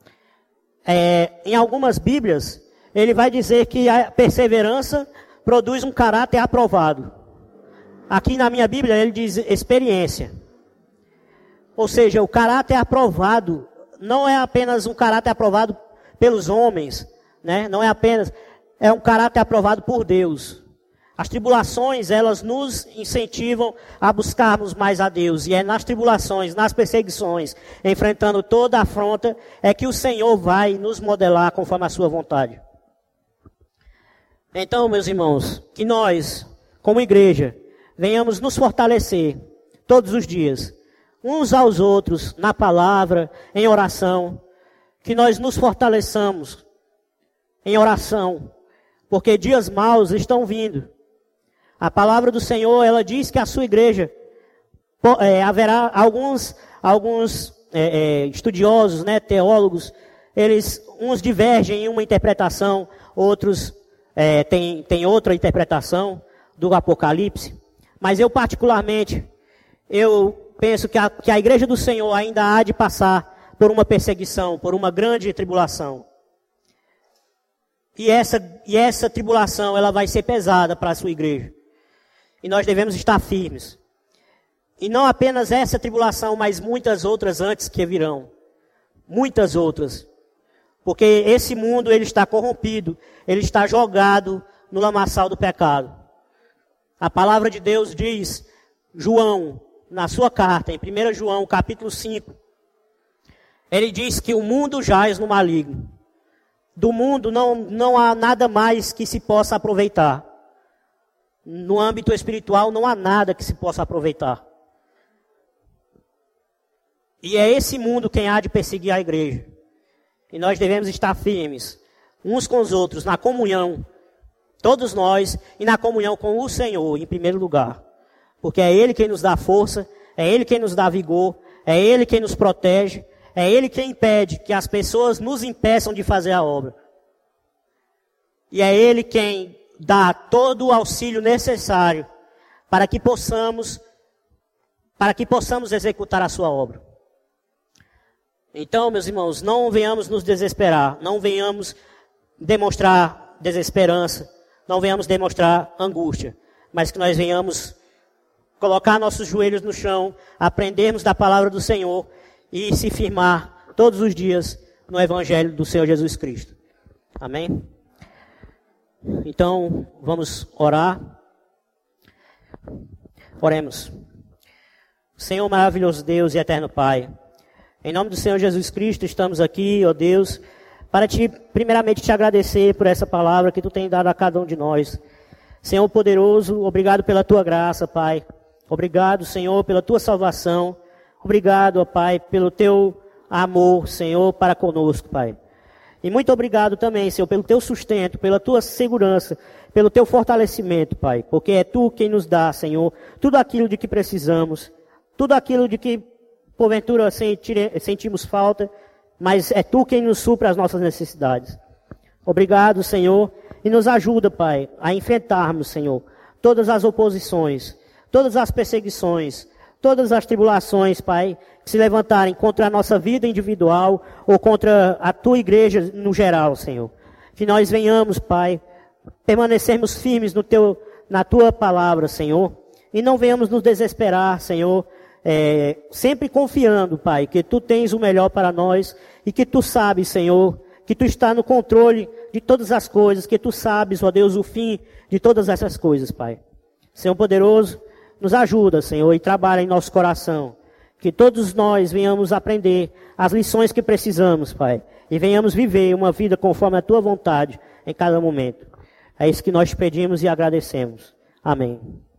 em algumas Bíblias, ele vai dizer que a perseverança produz um caráter aprovado. Aqui na minha Bíblia ele diz experiência. Ou seja, o caráter aprovado não é apenas um caráter aprovado pelos homens, né? Não é apenas, é um caráter aprovado por Deus. As tribulações, elas nos incentivam a buscarmos mais a Deus. E é nas tribulações, nas perseguições, enfrentando toda a afronta, é que o Senhor vai nos modelar conforme a sua vontade. Então, meus irmãos, que nós, como igreja, venhamos nos fortalecer todos os dias, uns aos outros, na palavra, em oração, que nós nos fortaleçamos em oração, porque dias maus estão vindo. A palavra do Senhor, ela diz que a sua igreja, haverá alguns estudiosos, né, teólogos, uns divergem em uma interpretação, outros têm outra interpretação do Apocalipse. Mas eu particularmente, eu penso que a igreja do Senhor ainda há de passar por uma perseguição, por uma grande tribulação. E essa tribulação, ela vai ser pesada para a sua igreja. E nós devemos estar firmes. E não apenas essa tribulação, mas muitas outras antes que virão. Muitas outras. Porque esse mundo, ele está corrompido. Ele está jogado no lamaçal do pecado. A palavra de Deus diz, João, na sua carta, em 1 João, capítulo 5. Ele diz que o mundo jaz no maligno. Do mundo não há nada mais que se possa aproveitar. No âmbito espiritual não há nada que se possa aproveitar. E é esse mundo quem há de perseguir a igreja. E nós devemos estar firmes, uns com os outros, na comunhão, todos nós, e na comunhão com o Senhor, em primeiro lugar. Porque é Ele quem nos dá força, é Ele quem nos dá vigor, é Ele quem nos protege, é Ele quem impede que as pessoas nos impeçam de fazer a obra. E é Ele quem dá todo o auxílio necessário para que possamos executar a sua obra. Então, meus irmãos, não venhamos nos desesperar, não venhamos demonstrar desesperança, não venhamos demonstrar angústia, mas que nós venhamos colocar nossos joelhos no chão, aprendermos da palavra do Senhor e se firmar todos os dias no Evangelho do Senhor Jesus Cristo. Amém? Então, vamos orar. Oremos. Senhor maravilhoso Deus e eterno Pai, em nome do Senhor Jesus Cristo, estamos aqui, ó Deus, para primeiramente te agradecer por essa palavra que tu tem dado a cada um de nós. Senhor poderoso, obrigado pela tua graça, Pai. Obrigado, Senhor, pela tua salvação. Obrigado, ó Pai, pelo teu amor, Senhor, para conosco, Pai. E muito obrigado também, Senhor, pelo teu sustento, pela tua segurança, pelo teu fortalecimento, Pai. Porque é tu quem nos dá, Senhor, tudo aquilo de que precisamos, tudo aquilo de que porventura sentimos falta, mas é tu quem nos supra as nossas necessidades. Obrigado, Senhor, e nos ajuda, Pai, a enfrentarmos, Senhor, todas as oposições, todas as perseguições, todas as tribulações, Pai, que se levantarem contra a nossa vida individual ou contra a tua igreja no geral, Senhor. Que nós venhamos, Pai, permanecermos firmes na tua palavra, Senhor, e não venhamos nos desesperar, Senhor, sempre confiando, Pai, que Tu tens o melhor para nós e que Tu sabes, Senhor, que Tu está no controle de todas as coisas, que Tu sabes, ó Deus, o fim de todas essas coisas, Pai. Senhor poderoso, nos ajuda, Senhor, e trabalha em nosso coração. Que todos nós venhamos aprender as lições que precisamos, Pai. E venhamos viver uma vida conforme a Tua vontade em cada momento. É isso que nós pedimos e agradecemos. Amém.